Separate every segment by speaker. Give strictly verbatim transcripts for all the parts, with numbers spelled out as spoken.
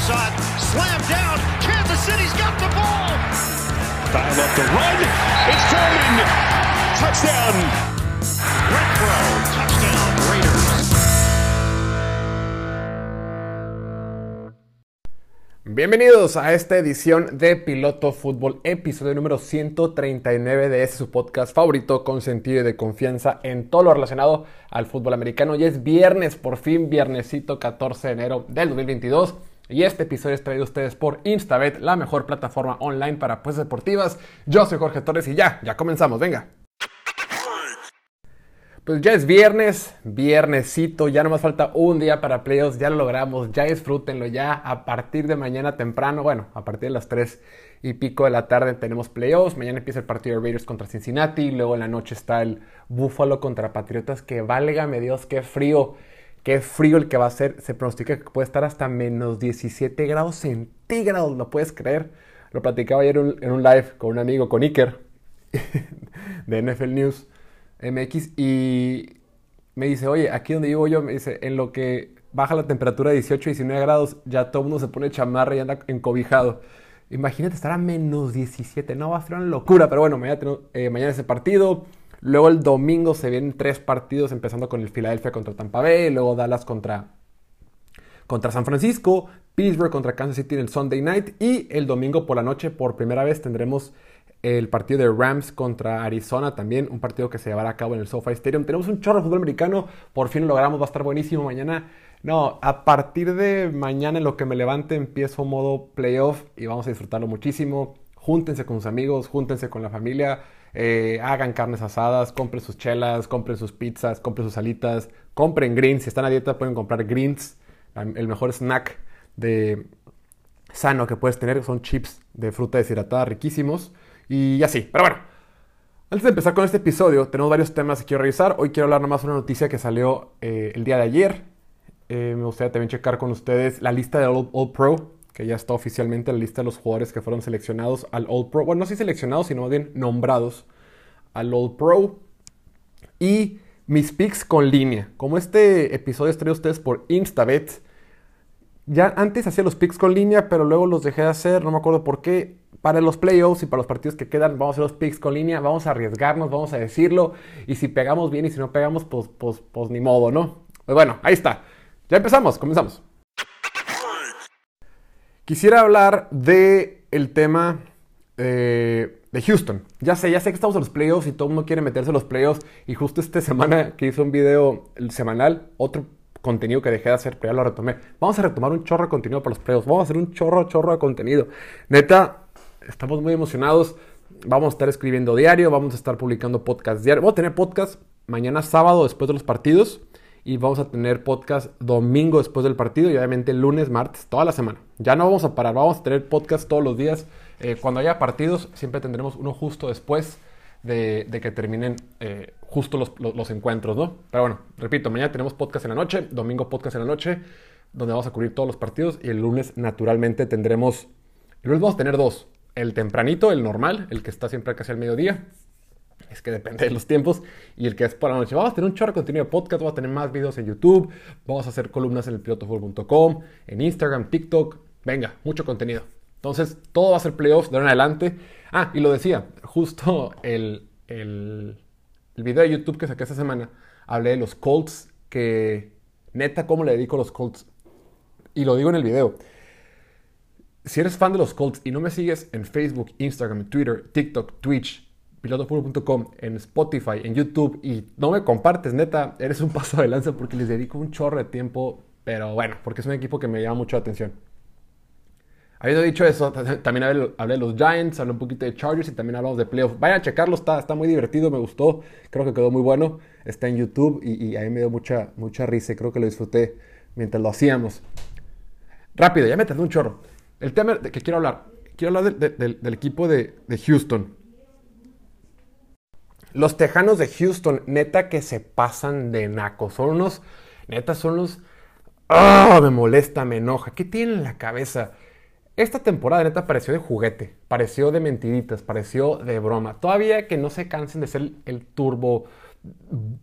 Speaker 1: shot, slammed down. Kansas City's got the ball.
Speaker 2: Dial up the run. It's Foreman. Touchdown.
Speaker 1: Renfro, touchdown, Raiders.
Speaker 3: Bienvenidos a esta edición de Piloto Fútbol, episodio número ciento treinta y nueve de este su podcast favorito con sentido de confianza en todo lo relacionado al fútbol americano. Ya es viernes, por fin, viernesito catorce de enero del dos mil veintidós. Y este episodio es traído a ustedes por Instabet, la mejor plataforma online para apuestas deportivas. Yo soy Jorge Torres y ya, ya comenzamos, venga. Pues ya es viernes, viernesito, ya no más falta un día para playoffs, ya lo logramos, ya disfrútenlo, ya a partir de mañana temprano, bueno, a partir de las tres y pico de la tarde tenemos playoffs, mañana empieza el partido de Raiders contra Cincinnati, luego en la noche está el Buffalo contra Patriotas, que válgame Dios, qué frío, qué frío el que va a ser, se pronostica que puede estar hasta menos diecisiete grados centígrados, ¿lo puedes creer? Lo platicaba ayer en un live con un amigo, con Iker, de N F L News M X, y me dice, oye, aquí donde vivo yo, me dice, en lo que baja la temperatura de dieciocho, diecinueve grados, ya todo el mundo se pone chamarra y anda encobijado. Imagínate estar a menos diecisiete, no, va a ser una locura, pero bueno, mañana, tenemos, eh, mañana ese partido, luego el domingo se vienen tres partidos, empezando con el Philadelphia contra Tampa Bay, luego Dallas contra, contra San Francisco, Pittsburgh contra Kansas City en el Sunday Night, y el domingo por la noche, por primera vez, tendremos el partido de Rams contra Arizona, también un partido que se llevará a cabo en el SoFi Stadium. Tenemos un chorro de fútbol americano, por fin lo logramos, va a estar buenísimo mañana. No, a partir de mañana en lo que me levante empiezo modo playoff y vamos a disfrutarlo muchísimo. Júntense con sus amigos, júntense con la familia, eh, hagan carnes asadas, compren sus chelas, compren sus pizzas, compren sus alitas, compren greens. Si están a dieta pueden comprar greens, el mejor snack de sano que puedes tener. Son chips de fruta deshidratada riquísimos. Y así, pero bueno, antes de empezar con este episodio, tenemos varios temas que quiero revisar. Hoy quiero hablar nomás de una noticia que salió eh, el día de ayer. Eh, me gustaría también checar con ustedes la lista del All, All Pro, que ya está oficialmente la lista de los jugadores que fueron seleccionados al All Pro. Bueno, no sé si seleccionados, sino más bien nombrados al All Pro. Y mis picks con línea. Como este episodio es traído a ustedes por Instabet, ya antes hacía los picks con línea, pero luego los dejé de hacer, no me acuerdo por qué. Para los playoffs y para los partidos que quedan, vamos a hacer los picks con línea, vamos a arriesgarnos, vamos a decirlo. Y si pegamos bien y si no pegamos, pues, pues, pues ni modo, ¿no? Pues bueno, ahí está. Ya empezamos, comenzamos. Quisiera hablar del tema eh, de Houston. Ya sé, ya sé que estamos en los playoffs y todo el mundo quiere meterse en los playoffs. Y justo esta semana que hice un video semanal, otro contenido que dejé de hacer, pero ya lo retomé. Vamos a retomar un chorro de contenido para los playoffs. Vamos a hacer un chorro, chorro de contenido. Neta, estamos muy emocionados. Vamos a estar escribiendo diario, vamos a estar publicando podcast diario. Vamos a tener podcast mañana sábado después de los partidos y vamos a tener podcast domingo después del partido y obviamente lunes, martes, toda la semana. Ya no vamos a parar, vamos a tener podcast todos los días. Eh, cuando haya partidos siempre tendremos uno justo después de, de que terminen eh, justo los, los, los encuentros, ¿no? Pero bueno, repito, mañana tenemos podcast en la noche, domingo podcast en la noche, donde vamos a cubrir todos los partidos y el lunes naturalmente tendremos, el lunes vamos a tener dos. El tempranito, el normal, el que está siempre casi al mediodía. Es que depende de los tiempos. Y el que es por la noche. Vamos a tener un chorro de contenido de podcast. Vamos a tener más videos en YouTube. Vamos a hacer columnas en el pilotofútbol punto com. En Instagram, TikTok. Venga, mucho contenido. Entonces, todo va a ser playoffs de ahora en adelante. Ah, y lo decía. Justo el, el, el video de YouTube que saqué esta semana. Hablé de los Colts. Que neta, ¿cómo le dedico a los Colts? Y lo digo en el video. Si eres fan de los Colts y no me sigues en Facebook, Instagram, Twitter, TikTok, Twitch, pilotofútbol punto com, en Spotify, en YouTube y no me compartes, neta, eres un paso de lanza porque les dedico un chorro de tiempo, pero bueno, porque es un equipo que me llama mucho la atención. Habiendo dicho eso, también hablé, hablé de los Giants, hablé un poquito de Chargers y también hablamos de playoffs. Vayan a checarlo, está, está muy divertido, me gustó, creo que quedó muy bueno, está en YouTube y, y a mí me dio mucha, mucha risa y creo que lo disfruté mientras lo hacíamos. Rápido, ya me tardé un chorro. El tema de que quiero hablar, quiero hablar de, de, de, del equipo de, de Houston. Los Tejanos de Houston, neta que se pasan de nacos. Son unos, neta son unos, ¡ah! Me molesta, me enoja. ¿Qué tienen en la cabeza? Esta temporada, neta, pareció de juguete, pareció de mentiritas, pareció de broma. Todavía que no se cansen de ser el turbo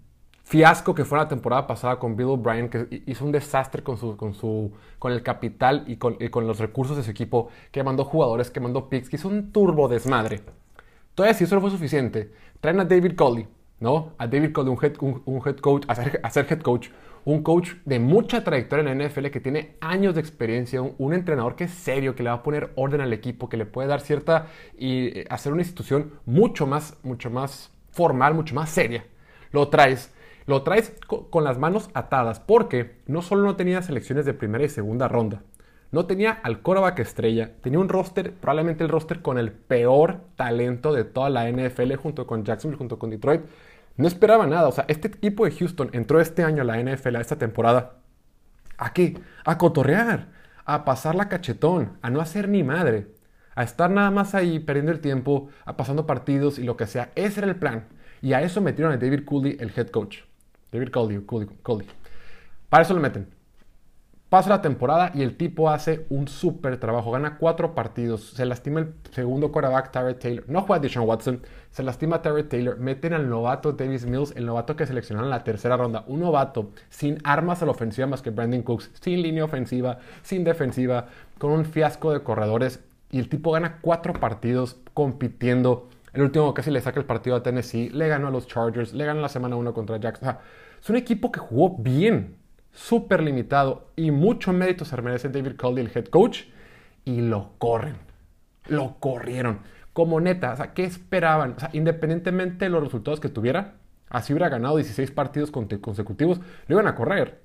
Speaker 3: fiasco que fue la temporada pasada con Bill O'Brien, que hizo un desastre con, su, con, su, con el capital y con, y con los recursos de su equipo, que mandó jugadores, que mandó picks, que hizo un turbo desmadre. Todavía si eso no fue suficiente, traen a David Culley, ¿no? A David Culley, un head, un, un head coach, a ser, a ser head coach, un coach de mucha trayectoria en la N F L, que tiene años de experiencia, un, un entrenador que es serio, que le va a poner orden al equipo, que le puede dar cierta y eh, hacer una institución mucho más, mucho más formal, mucho más seria. Lo traes. Lo traes con las manos atadas porque no solo no tenía selecciones de primera y segunda ronda, no tenía al quarterback estrella, tenía un roster, probablemente el roster con el peor talento de toda la N F L junto con Jacksonville, junto con Detroit. No esperaba nada, o sea, este equipo de Houston entró este año a la N F L, a esta temporada. ¿A qué? A cotorrear, a pasar la cachetón, a no hacer ni madre, a estar nada más ahí perdiendo el tiempo, a pasando partidos y lo que sea. Ese era el plan. Y a eso metieron a David Culley, el head coach. David Culley, Culley, Culley. Para eso lo meten. Pasa la temporada y el tipo hace un súper trabajo. Gana cuatro partidos. Se lastima el segundo quarterback, Tyrod Taylor. No juega Deshaun Watson. Se lastima Tyrod Taylor. Meten al novato Davis Mills, el novato que seleccionaron en la tercera ronda. Un novato sin armas a la ofensiva más que Brandon Cooks. Sin línea ofensiva, sin defensiva, con un fiasco de corredores. Y el tipo gana cuatro partidos compitiendo. El último casi le saca el partido a Tennessee. Le ganó a los Chargers. Le ganó la semana uno contra Jackson. O sea, es un equipo que jugó bien. Súper limitado. Y mucho mérito se merece David Culley, el head coach. Y lo corren. Lo corrieron. Como neta. O sea, ¿qué esperaban? O sea, independientemente de los resultados que tuviera, así hubiera ganado dieciséis partidos consecutivos, lo iban a correr.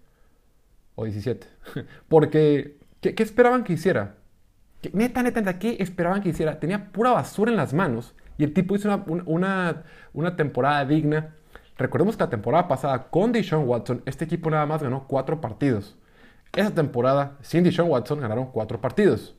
Speaker 3: O diecisiete. Porque, ¿qué, qué esperaban que hiciera? ¿Qué, neta, neta, neta, ¿qué esperaban que hiciera? Tenía pura basura en las manos. Y el tipo hizo una, una, una temporada digna. Recordemos que la temporada pasada con Deshaun Watson, este equipo nada más ganó cuatro partidos. Esa temporada, sin Deshaun Watson, ganaron cuatro partidos.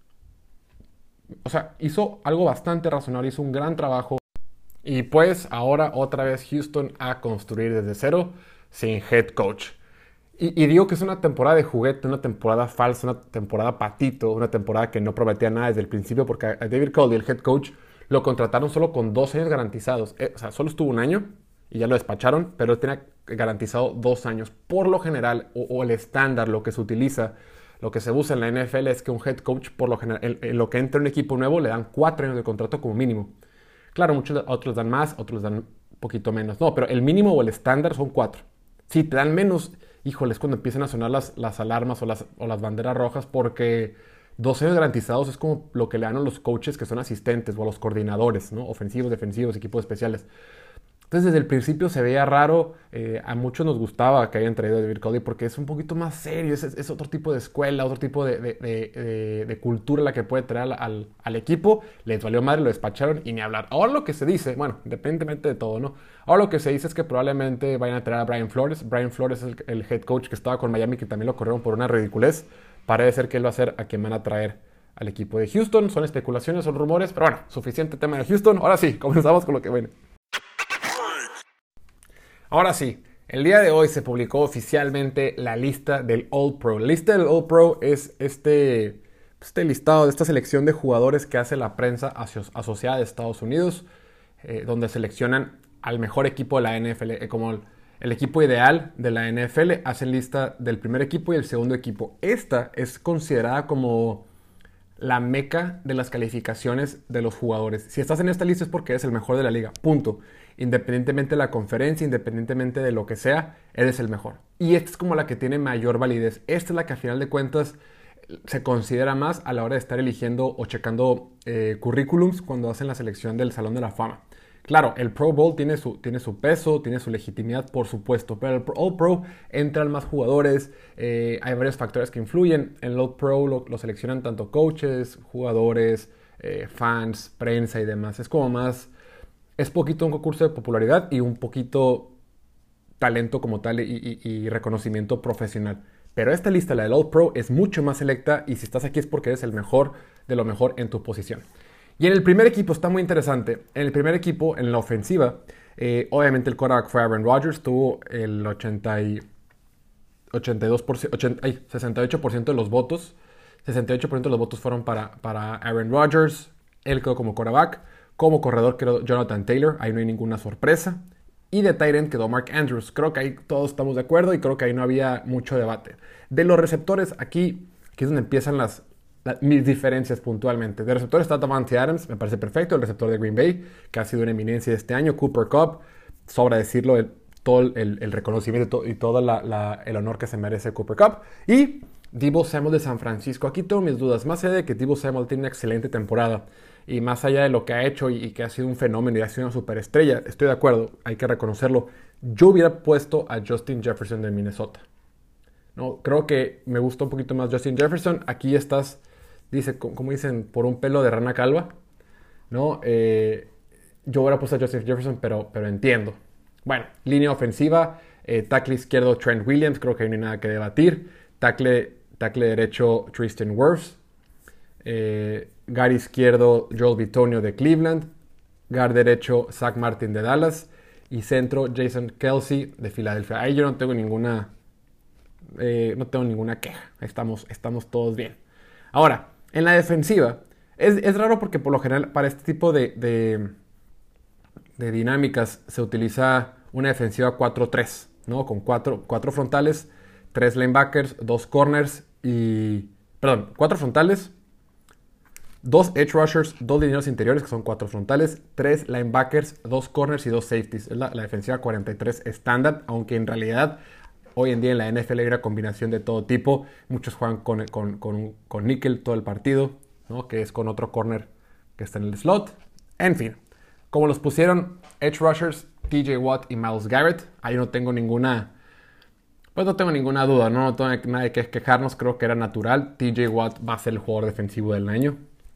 Speaker 3: O sea, hizo algo bastante razonable, hizo un gran trabajo. Y pues ahora otra vez Houston a construir desde cero, sin head coach. Y, y digo que es una temporada de juguete, una temporada falsa, una temporada patito, una temporada que no prometía nada desde el principio, porque a David Culley, el head coach, lo contrataron solo con dos años garantizados. Eh, o sea, solo estuvo un año y ya lo despacharon, pero él tenía garantizado dos años. Por lo general, o, o el estándar, lo que se utiliza, lo que se usa en la N F L es que un head coach, por lo general, en, en lo que entra un equipo nuevo, le dan cuatro años de contrato como mínimo. Claro, muchos otros dan más, otros dan un poquito menos. No, pero el mínimo o el estándar son cuatro. Si te dan menos, híjole, es cuando empiezan a sonar las, las alarmas o las, o las banderas rojas, porque dos años garantizados es como lo que le dan a los coaches que son asistentes o a los coordinadores, ¿no? Ofensivos, defensivos, equipos especiales. Entonces, desde el principio se veía raro. Eh, a muchos nos gustaba que hayan traído a David Culley porque es un poquito más serio. Es, es otro tipo de escuela, otro tipo de, de, de, de, de cultura la que puede traer al, al equipo. Les valió madre, lo despacharon y ni hablar. Ahora lo que se dice, bueno, independientemente de todo, ¿no? Ahora lo que se dice es que probablemente vayan a traer a Brian Flores. Brian Flores es el, el head coach que estaba con Miami, que también lo corrieron por una ridiculez. Parece ser que él va a ser a quien van a traer al equipo de Houston. Son especulaciones, son rumores, pero bueno, suficiente tema de Houston. Ahora sí, comenzamos con lo que viene. Ahora sí, el día de hoy se publicó oficialmente la lista del All-Pro. La lista del All-Pro es este, este listado de esta selección de jugadores que hace la prensa aso- asociada de Estados Unidos, eh, donde seleccionan al mejor equipo de la N F L, eh, como el, el equipo ideal de la N F L. Hacen lista del primer equipo y el segundo equipo. Esta es considerada como la meca de las calificaciones de los jugadores. Si estás en esta lista es porque eres el mejor de la liga, punto. Independientemente de la conferencia, independientemente de lo que sea, eres el mejor. Y esta es como la que tiene mayor validez. Esta es la que a final de cuentas se considera más a la hora de estar eligiendo o checando eh, currículums cuando hacen la selección del Salón de la Fama. Claro, el Pro Bowl tiene su, tiene su peso, tiene su legitimidad, por supuesto, pero el All Pro entran más jugadores, eh, hay varios factores que influyen. En el All Pro lo, lo seleccionan tanto coaches, jugadores, eh, fans, prensa y demás. Es como más, es poquito un concurso de popularidad y un poquito talento como tal y, y, y reconocimiento profesional. Pero esta lista, la del All Pro, es mucho más selecta y si estás aquí es porque eres el mejor de lo mejor en tu posición. Y en el primer equipo está muy interesante. En el primer equipo, en la ofensiva, eh, obviamente el quarterback fue Aaron Rodgers, tuvo el ochenta y, ochenta y dos por ciento, ochenta, ay, sesenta y ocho por ciento de los votos. sesenta y ocho por ciento de los votos fueron para, para Aaron Rodgers. Él quedó como quarterback. Como corredor quedó Jonathan Taylor, ahí no hay ninguna sorpresa. Y de tight end quedó Mark Andrews. Creo que ahí todos estamos de acuerdo y creo que ahí no había mucho debate. De los receptores, aquí, aquí es donde empiezan las, las mis diferencias puntualmente. De receptores está Davante Adams, me parece perfecto, el receptor de Green Bay, que ha sido una eminencia este año. Cooper Kupp, sobra decirlo, el, todo el, el reconocimiento y todo la, la, el honor que se merece Cooper Kupp. Y Deebo Samuel de San Francisco. Aquí tengo mis dudas, más allá de que Deebo Samuel tiene una excelente temporada y más allá de lo que ha hecho y, y que ha sido un fenómeno y ha sido una superestrella, estoy de acuerdo, hay que reconocerlo. Yo hubiera puesto a Justin Jefferson de Minnesota. No, creo que me gusta un poquito más Justin Jefferson. Aquí estás, dice, como dicen, por un pelo de rana calva. ¿No? Eh, yo hubiera puesto a Justin Jefferson, pero, pero entiendo. Bueno, línea ofensiva, eh, tackle izquierdo Trent Williams, creo que no hay nada que debatir. Tackle, tackle derecho Tristan Wirfs. Eh, guard izquierdo Joel Bitonio de Cleveland. Guard derecho Zach Martin de Dallas. Y centro Jason Kelce de Filadelfia. Ahí yo no tengo ninguna... Eh, no tengo ninguna queja, estamos, estamos todos bien. Ahora, en la defensiva, es, es raro porque por lo general para este tipo de, de, de dinámicas se utiliza una defensiva cuatro tres, ¿no? Con cuatro, cuatro frontales, tres linebackers, dos corners y... Perdón, cuatro frontales, dos edge rushers, dos lineros interiores que son cuatro frontales, tres linebackers, dos corners y dos safeties. Es la, la defensiva cuarenta y tres estándar, aunque en realidad... Hoy en día en la N F L hay una combinación de todo tipo. Muchos juegan con, con, con, con níquel todo el partido, ¿no? Que es con otro corner que está en el slot. En fin, como los pusieron edge rushers, T J Watt y Myles Garrett, ahí no tengo ninguna, pues no tengo ninguna duda, ¿no? No tengo nada de que quejarnos, creo que era natural. T J Watt va a ser el jugador defensivo del año.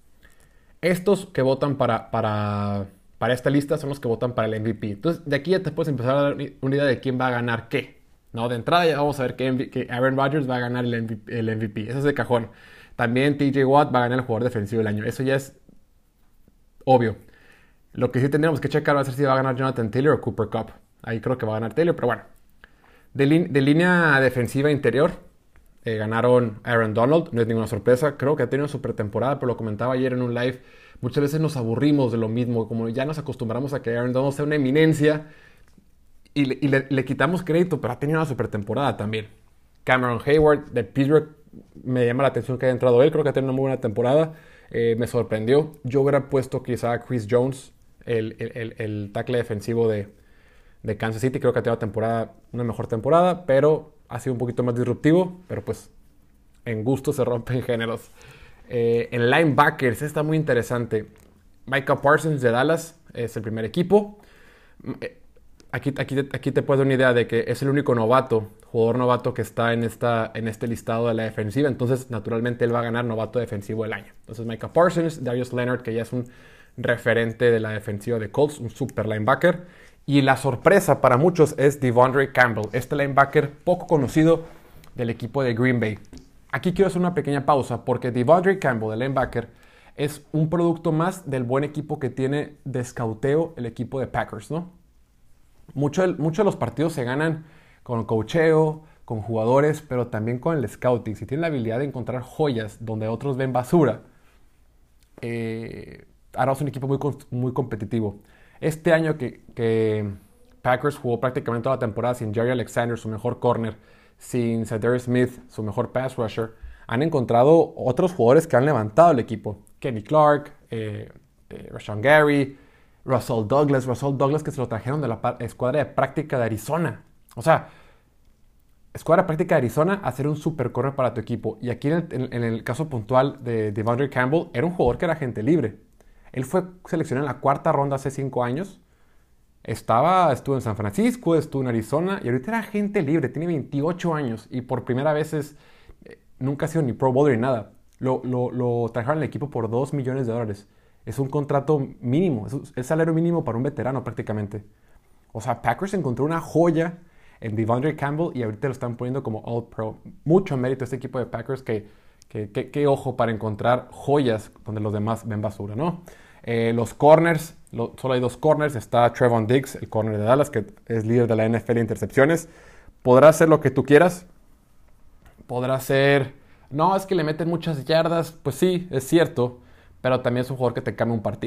Speaker 3: Estos que votan para, para, para esta lista son los que votan para el M V P. Entonces, de aquí ya te puedes empezar a dar una idea de quién va a ganar qué. No, de entrada ya vamos a ver que, que Aaron Rodgers va a ganar el M V P, el M V P. Eso es de cajón. También T J Watt va a ganar el jugador defensivo del año. Eso ya es obvio. Lo que sí tendremos que checar va a ser si va a ganar Jonathan Taylor o Cooper Kupp. Ahí creo que va a ganar Taylor, pero bueno. De, de línea defensiva interior, eh, ganaron Aaron Donald. No es ninguna sorpresa. Creo que ha tenido una super temporada, pero lo comentaba ayer en un live. Muchas veces nos aburrimos de lo mismo. Como ya nos acostumbramos a que Aaron Donald sea una eminencia... Y, le, y le, le quitamos crédito, pero ha tenido una super temporada también. Cameron Hayward de Pittsburgh, me llama la atención que haya entrado él. Creo que ha tenido una muy buena temporada. Eh, me sorprendió. Yo hubiera puesto quizá a Chris Jones, el, el, el, el tackle defensivo de, de Kansas City. Creo que ha tenido temporada, una mejor temporada, pero ha sido un poquito más disruptivo. Pero pues en gusto se rompen géneros. Eh, en linebackers está muy interesante. Micah Parsons de Dallas es el primer equipo. Eh, Aquí, aquí, aquí te puedo dar una idea de que es el único novato, jugador novato que está en, esta, en este listado de la defensiva. Entonces, naturalmente, él va a ganar novato defensivo del año. Entonces, Micah Parsons, Darius Leonard, que ya es un referente de la defensiva de Colts, un super linebacker. Y la sorpresa para muchos es Devondre Campbell, este linebacker poco conocido del equipo de Green Bay. Aquí quiero hacer una pequeña pausa porque Devondre Campbell, el linebacker, es un producto más del buen equipo que tiene de escauteo el equipo de Packers, ¿no? Muchos mucho de los partidos se ganan con coacheo, con jugadores, pero también con el scouting. Si tienen la habilidad de encontrar joyas donde otros ven basura, eh, harás un equipo muy, muy competitivo. Este año que, que Packers jugó prácticamente toda la temporada sin Jerry Alexander, su mejor corner, sin Zadarius Smith, su mejor pass rusher, han encontrado otros jugadores que han levantado el equipo. Kenny Clark, eh, eh, Rashawn Gary, Russell Douglas, Russell Douglas que se lo trajeron de la escuadra de práctica de Arizona. O sea, escuadra de práctica de Arizona, hacer un super corner para tu equipo. Y aquí en el, en, en el caso puntual de Devondre Campbell, era un jugador que era agente libre. Él fue seleccionado en la cuarta ronda hace cinco años. Estaba, estuvo en San Francisco, estuvo en Arizona y ahorita era agente libre, tiene veintiocho años y por primera vez es, eh, nunca ha sido ni Pro Bowler ni nada. Lo, lo, lo trajeron al equipo por dos millones de dólares. Es un contrato mínimo, es el salario mínimo para un veterano prácticamente. O sea, Packers encontró una joya en Devondre Campbell y ahorita lo están poniendo como All Pro. Mucho mérito a este equipo de Packers que, que, que, que ojo para encontrar joyas donde los demás ven basura, ¿no? Eh, los corners, lo, solo hay dos corners. Está Trevon Diggs, el corner de Dallas, que es líder de la N F L en intercepciones. Podrá hacer lo que tú quieras. Podrá ser... No, es que le meten muchas yardas. Pues sí, es cierto. Pero también es un jugador que te cambia un partido.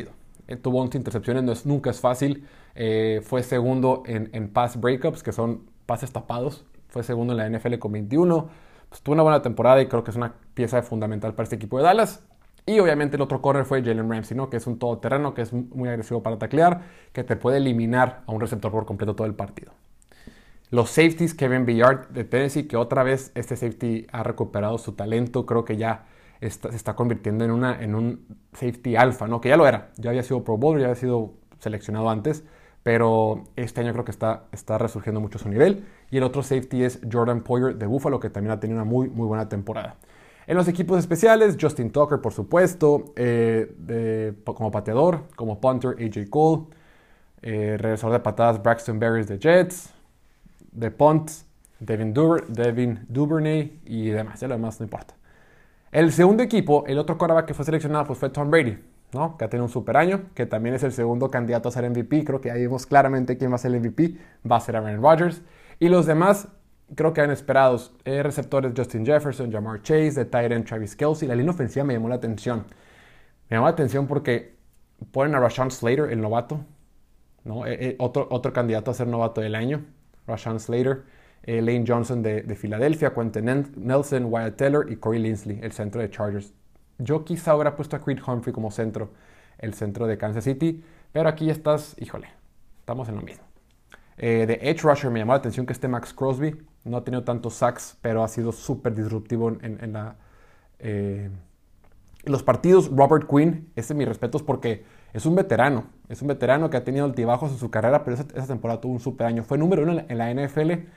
Speaker 3: eh, tuvo once intercepciones, no es, nunca es fácil. Eh, fue segundo en, en pass breakups, que son pases tapados. Fue segundo en la N F L con veintiuno. Pues tuvo una buena temporada y creo que es una pieza fundamental para este equipo de Dallas. Y obviamente el otro corner fue Jalen Ramsey, ¿no? Que es un todoterreno, que es muy agresivo para taclear, que te puede eliminar a un receptor por completo todo el partido. Los safeties, Kevin Byard de Tennessee, que otra vez este safety ha recuperado su talento. Creo que ya está, se está convirtiendo en, una, en un safety alfa, ¿no? Que ya lo era. Ya había sido Pro Bowler, ya había sido seleccionado antes. Pero este año creo que está, está resurgiendo mucho su nivel. Y el otro safety es Jordan Poyer de Buffalo, que también ha tenido una muy, muy buena temporada. En los equipos especiales, Justin Tucker, por supuesto, eh, de, como pateador, como punter, A J Cole, eh, regresador de patadas, Braxton Berrios de Jets, de punt, Devin, Duver, Devin Duvernay y demás, ya lo demás no importa. El segundo equipo, el otro quarterback que fue seleccionado pues fue Tom Brady, ¿no? Que ha tenido un super año, que también es el segundo candidato a ser M V P. Creo que ahí vimos claramente quién va a ser el M V P, va a ser Aaron Rodgers. Y los demás, creo que eran esperados. Eh, receptores Justin Jefferson, Jamar Chase, de tight end Travis Kelce. La línea ofensiva me llamó la atención. Me llamó la atención porque ponen a Rashawn Slater, el novato, ¿no? Eh, eh, otro, otro candidato a ser novato del año. Rashawn Slater, eh, Lane Johnson de, de Filadelfia, Quentin Nelson, Wyatt Teller y Corey Linsley, el centro de Chargers. Yo quizá hubiera puesto a Creed Humphrey como centro, el centro de Kansas City, pero aquí ya estás, híjole, estamos en lo mismo. Eh, de Edge Rusher me llamó la atención que este Max Crosby no ha tenido tantos sacks, pero ha sido súper disruptivo en, en la, eh, los partidos. Robert Quinn, ese mis respetos porque es un veterano, es un veterano que ha tenido altibajos en su carrera, pero esa, esa temporada tuvo un super año. Fue número uno en la, en la N F L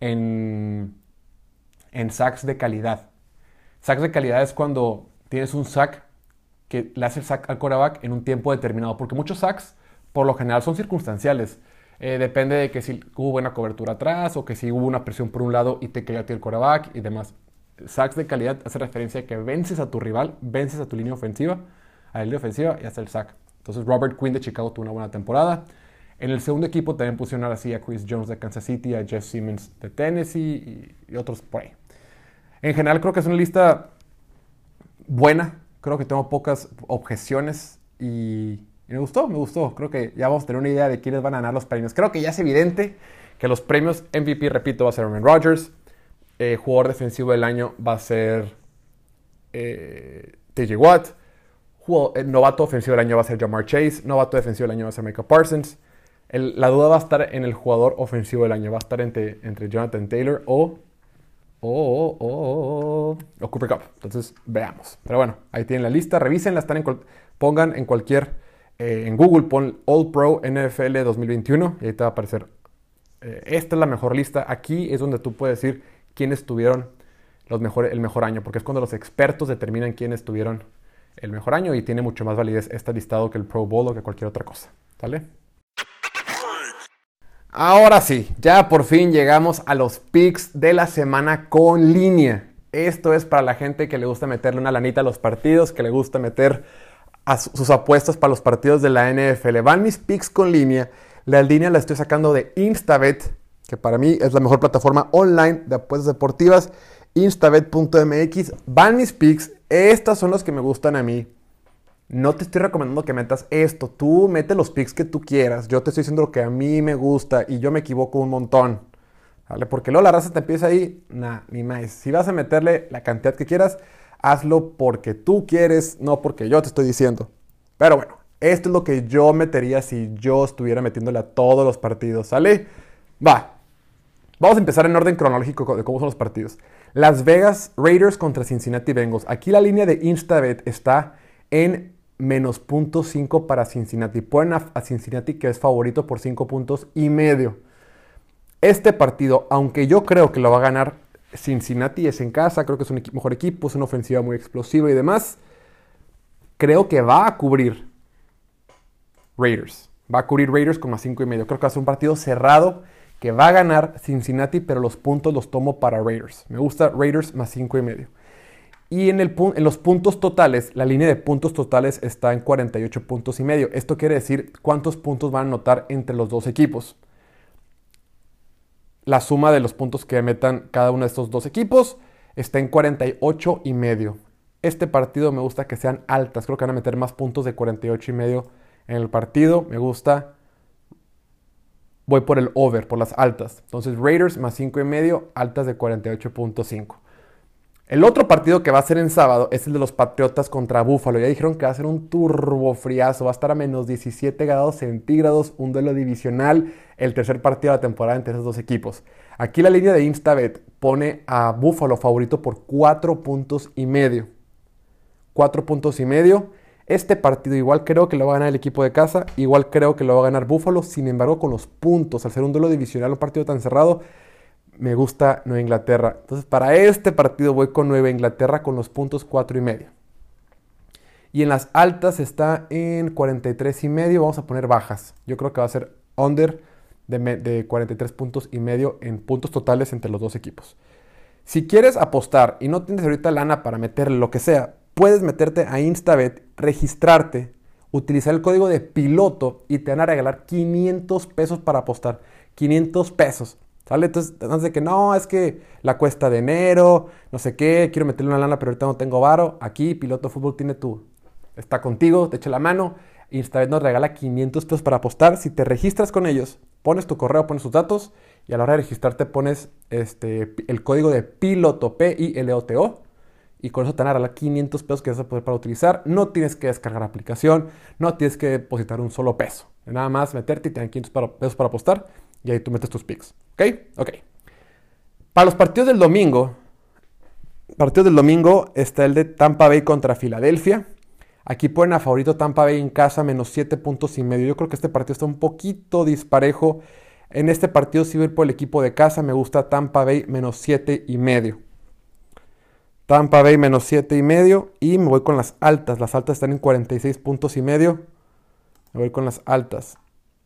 Speaker 3: en, en sacks de calidad. Sacks de calidad es cuando tienes un sack que le hace el sack al quarterback en un tiempo determinado, porque muchos sacks por lo general son circunstanciales. Eh, depende de que si hubo buena cobertura atrás o que si hubo una presión por un lado y te cayó a ti el quarterback y demás. Sacks de calidad hace referencia a que vences a tu rival, vences a tu línea ofensiva, a la línea ofensiva y hace el sack. Entonces Robert Quinn de Chicago tuvo una buena temporada. En el segundo equipo también pusieron así a Chris Jones de Kansas City, a Jeff Simmons de Tennessee y, y otros por ahí. En general creo que es una lista buena. Creo que tengo pocas objeciones y, y me gustó, me gustó. Creo que ya vamos a tener una idea de quiénes van a ganar los premios. Creo que ya es evidente que los premios M V P, repito, va a ser Aaron Rodgers. Eh, jugador defensivo del año va a ser eh, T J Watt. Jugador, el novato ofensivo del año va a ser Jamar Chase. Novato defensivo del año va a ser Micah Parsons. El, la duda va a estar en el jugador ofensivo del año. Va a estar entre, entre Jonathan Taylor o, o, o, o, o Cooper Kupp. Entonces, veamos. Pero bueno, ahí tienen la lista. Revísenla. Están en cual, pongan en cualquier... Eh, en Google, pon All Pro N F L dos mil veintiuno y ahí te va a aparecer. Eh, esta es la mejor lista. Aquí es donde tú puedes decir quiénes tuvieron los mejor, el mejor año. Porque es cuando los expertos determinan quiénes tuvieron el mejor año y tiene mucho más validez este listado que el Pro Bowl o que cualquier otra cosa. ¿Sale? Ahora sí, ya por fin llegamos a los picks de la semana con línea. Esto es para la gente que le gusta meterle una lanita a los partidos, que le gusta meter a sus apuestas para los partidos de la N F L. Van mis picks con línea. La línea la estoy sacando de Instabet, que para mí es la mejor plataforma online de apuestas deportivas. Instabet punto m x. Van mis picks. Estas son los que me gustan a mí. No te estoy recomendando que metas esto. Tú mete los picks que tú quieras. Yo te estoy diciendo lo que a mí me gusta y yo me equivoco un montón. ¿Vale? Porque luego la raza te empieza ahí. Nah, ni más. Si vas a meterle la cantidad que quieras, hazlo porque tú quieres, no porque yo te estoy diciendo. Pero bueno, esto es lo que yo metería si yo estuviera metiéndole a todos los partidos. ¿Sale? Va. Vamos a empezar en orden cronológico de cómo son los partidos. Las Vegas Raiders contra Cincinnati Bengals. Aquí la línea de Instabet está en menos punto cinco para Cincinnati. Ponen a, a Cincinnati que es favorito por cinco puntos y medio. Este partido, aunque yo creo que lo va a ganar Cincinnati, es en casa, creo que es un equipo, mejor equipo, es una ofensiva muy explosiva y demás, creo que va a cubrir Raiders. Va a cubrir Raiders con más cinco y medio. Creo que va a ser un partido cerrado que va a ganar Cincinnati, pero los puntos los tomo para Raiders. Me gusta Raiders más cinco y medio. Y en, el, en los puntos totales, la línea de puntos totales está en cuarenta y ocho puntos y medio. Esto quiere decir cuántos puntos van a anotar entre los dos equipos. La suma de los puntos que metan cada uno de estos dos equipos está en cuarenta y ocho y medio. Este partido me gusta que sean altas. Creo que van a meter más puntos de cuarenta y ocho y medio en el partido. Me gusta. Voy por el over, por las altas. Entonces Raiders más cinco y medio, altas de cuarenta y ocho punto cinco. El otro partido que va a ser en sábado es el de los Patriotas contra Buffalo. Ya dijeron que va a ser un turbofriazo. Va a estar a menos diecisiete grados centígrados. Un duelo divisional. El tercer partido de la temporada entre esos dos equipos. Aquí la línea de Instabet pone a Buffalo favorito por cuatro puntos y medio. cuatro puntos y medio. Este partido igual creo que lo va a ganar el equipo de casa. Igual creo que lo va a ganar Buffalo. Sin embargo, con los puntos, al ser un duelo divisional, un partido tan cerrado, me gusta Nueva Inglaterra. Entonces, para este partido voy con Nueva Inglaterra con los puntos cuatro y medio. Y en las altas está en cuarenta y tres y medio. Vamos a poner bajas. Yo creo que va a ser under de, de cuarenta y tres puntos y medio en puntos totales entre los dos equipos. Si quieres apostar y no tienes ahorita lana para meterle lo que sea, puedes meterte a Instabet, registrarte, utilizar el código de piloto y te van a regalar quinientos pesos para apostar. quinientos pesos. ¿Sale? Entonces, antes de que no, es que la cuesta de enero, no sé qué, quiero meterle una lana, pero ahorita no tengo varo. Aquí, Piloto Fútbol tiene tu, está contigo, te echa la mano. Instabet nos regala quinientos pesos para apostar. Si te registras con ellos, pones tu correo, pones tus datos y a la hora de registrarte pones este, el código de Piloto, P I L O T O. Y con eso te van a regalar quinientos pesos que vas a poder para utilizar. No tienes que descargar la aplicación, no tienes que depositar un solo peso. Nada más meterte y te dan quinientos pesos para apostar. Y ahí tú metes tus picks. ¿Ok? Ok. Para los partidos del domingo, partidos del domingo está el de Tampa Bay contra Filadelfia. Aquí ponen a favorito Tampa Bay en casa, menos siete puntos y medio. Yo creo que este partido está un poquito disparejo. En este partido sí voy a ir por el equipo de casa. Me gusta Tampa Bay menos siete y medio. Tampa Bay menos siete y medio. Y me voy con las altas. Las altas están en cuarenta y seis puntos y medio. Me voy con las altas.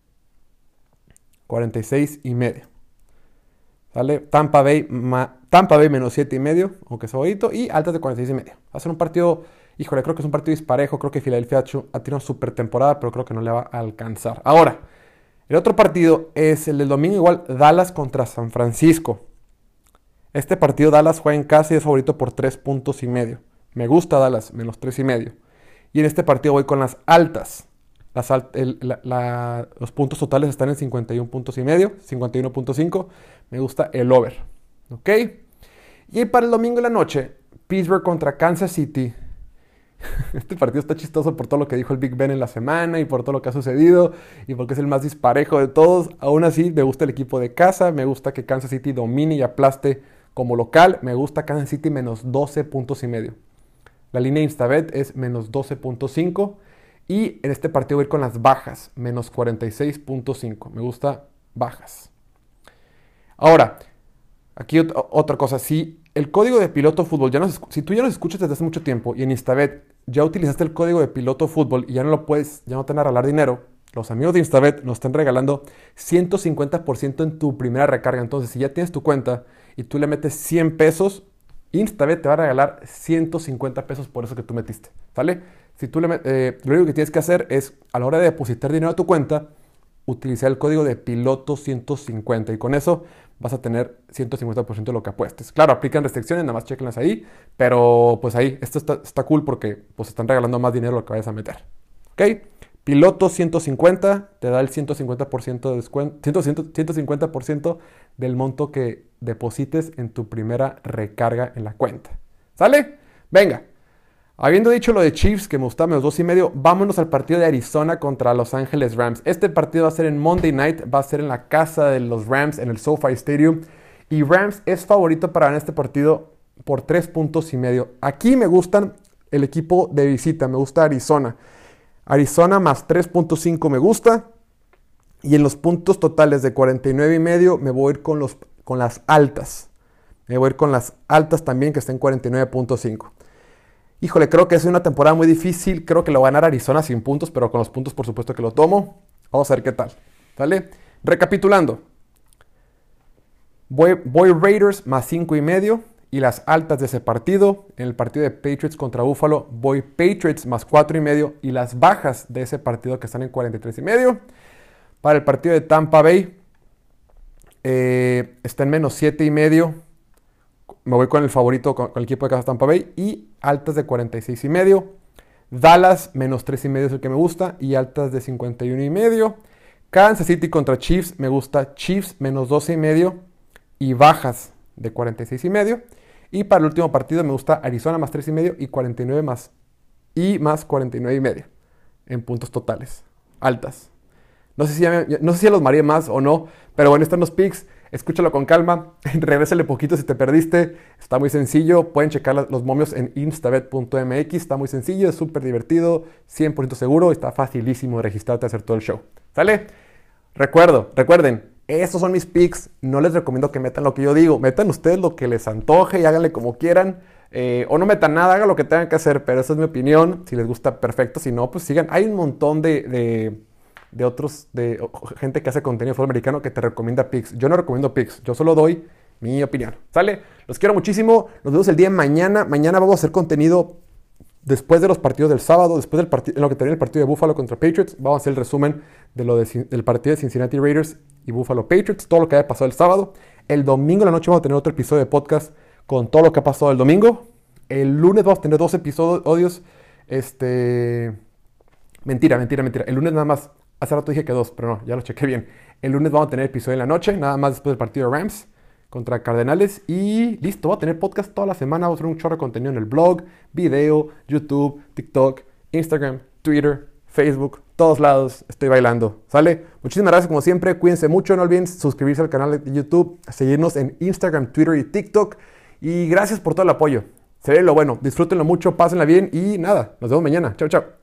Speaker 3: cuarenta y seis y medio. ¿Vale? Tampa Bay, ma, Tampa Bay menos siete y medio, aunque es favorito, y altas de cuarenta y seis y medio. Va a ser un partido, híjole, creo que es un partido disparejo. Creo que Filadelfia ha tenido una super temporada, pero creo que no le va a alcanzar. Ahora, el otro partido es el del domingo, igual, Dallas contra San Francisco. Este partido Dallas juega en casa y es favorito por tres puntos y medio. Me gusta Dallas, menos tres y medio. Y en este partido voy con las altas. Las alt, el, la, la, los puntos totales están en cincuenta y uno puntos y medio, cincuenta y uno punto cinco. Me gusta el over. ¿Ok? Y para el domingo en la noche, Pittsburgh contra Kansas City. Este partido está chistoso por todo lo que dijo el Big Ben en la semana y por todo lo que ha sucedido y porque es el más disparejo de todos. Aún así, me gusta el equipo de casa. Me gusta que Kansas City domine y aplaste como local. Me gusta Kansas City menos doce puntos y medio. La línea Instabet es menos doce punto cinco. Y en este partido voy a ir con las bajas, menos cuarenta y seis punto cinco. Me gusta bajas. Ahora, aquí ot- otra cosa. Si el código de Piloto Fútbol, ya nos, si tú ya nos escuchas desde hace mucho tiempo y en Instabet ya utilizaste el código de Piloto Fútbol y ya no lo puedes, ya no te van a regalar dinero, los amigos de Instabet nos están regalando ciento cincuenta por ciento en tu primera recarga. Entonces, si ya tienes tu cuenta y tú le metes cien pesos, Instabet te va a regalar ciento cincuenta pesos por eso que tú metiste. ¿Sale? Si tú le, eh, lo único que tienes que hacer es, a la hora de depositar dinero a tu cuenta, utilizar el código de piloto ciento cincuenta y con eso vas a tener ciento cincuenta por ciento de lo que apuestes. Claro, aplican restricciones, nada más chequenlas ahí, pero pues ahí, esto está, está cool porque pues están regalando más dinero de lo que vayas a meter. ¿Ok? Piloto ciento cincuenta te da el ciento cincuenta por ciento de descuento, ciento cincuenta por ciento del monto que deposites en tu primera recarga en la cuenta. ¿Sale? Venga. Habiendo dicho lo de Chiefs, que me gusta menos dos y medio, vámonos al partido de Arizona contra Los Ángeles Rams. Este partido va a ser en Monday Night, va a ser en la casa de los Rams, en el SoFi Stadium. Y Rams es favorito para ganar este partido por tres puntos y medio. Aquí me gustan el equipo de visita, me gusta Arizona. Arizona más tres punto cinco me gusta. Y en los puntos totales de cuarenta y nueve y medio me voy a ir con, los, con las altas. Me voy a ir con las altas también, que está en cuarenta y nueve punto cinco. Híjole, creo que es una temporada muy difícil. Creo que lo va a ganar Arizona sin puntos, pero con los puntos por supuesto que lo tomo. Vamos a ver qué tal. ¿Vale? Recapitulando. Voy, voy Raiders más cinco y medio y las altas de ese partido. En el partido de Patriots contra Buffalo, voy Patriots más cuatro y medio y las bajas de ese partido que están en cuarenta y tres y medio. Para el partido de Tampa Bay, eh, está en menos siete y medio. Me voy con el favorito, con, con el equipo de casa Tampa Bay y altas de cuarenta y seis y medio. Dallas, menos tres y medio es el que me gusta, y altas de cincuenta y uno y medio. Kansas City contra Chiefs, me gusta Chiefs, menos doce y medio, y bajas de cuarenta y seis y medio. Y para el último partido me gusta Arizona más tres y medio y cuarenta y nueve más, y más cuarenta y nueve y medio en puntos totales, altas. No sé si ya, me, no sé si ya los mareé más o no, pero bueno, están los picks. Escúchalo con calma, regrésale poquito si te perdiste, está muy sencillo, pueden checar los momios en instabet punto m x, está muy sencillo, es súper divertido, cien por ciento seguro, está facilísimo de registrarte a hacer todo el show, ¿sale? Recuerdo, recuerden, estos son mis picks, no les recomiendo que metan lo que yo digo, metan ustedes lo que les antoje y háganle como quieran, eh, o no metan nada, hagan lo que tengan que hacer, pero esa es mi opinión, si les gusta perfecto, si no, pues sigan, hay un montón de... de de otros, de gente que hace contenido de fútbol americano que te recomienda picks. Yo no recomiendo picks, yo solo doy mi opinión. ¿Sale? Los quiero muchísimo, nos vemos el día de mañana. Mañana vamos a hacer contenido después de los partidos del sábado, después del partido, en lo que termine el partido de Buffalo contra Patriots. Vamos a hacer el resumen de lo de, del partido de Cincinnati Raiders y Buffalo Patriots, todo lo que haya pasado el sábado. El domingo en la noche vamos a tener otro episodio de podcast con todo lo que ha pasado el domingo. El lunes vamos a tener dos episodios. Este... Mentira, mentira, mentira. El lunes nada más. Hace rato dije que dos, pero no, ya lo chequé bien. El lunes vamos a tener episodio en la noche, nada más después del partido de Rams contra Cardenales. Y listo, voy a tener podcast toda la semana. Voy a tener un chorro de contenido en el blog, video, YouTube, TikTok, Instagram, Twitter, Facebook, todos lados. Estoy bailando, ¿sale? Muchísimas gracias como siempre. Cuídense mucho. No olviden suscribirse al canal de YouTube, seguirnos en Instagram, Twitter y TikTok. Y gracias por todo el apoyo. Se ve lo bueno. Disfrútenlo mucho, pásenla bien y nada, nos vemos mañana. Chao, chao.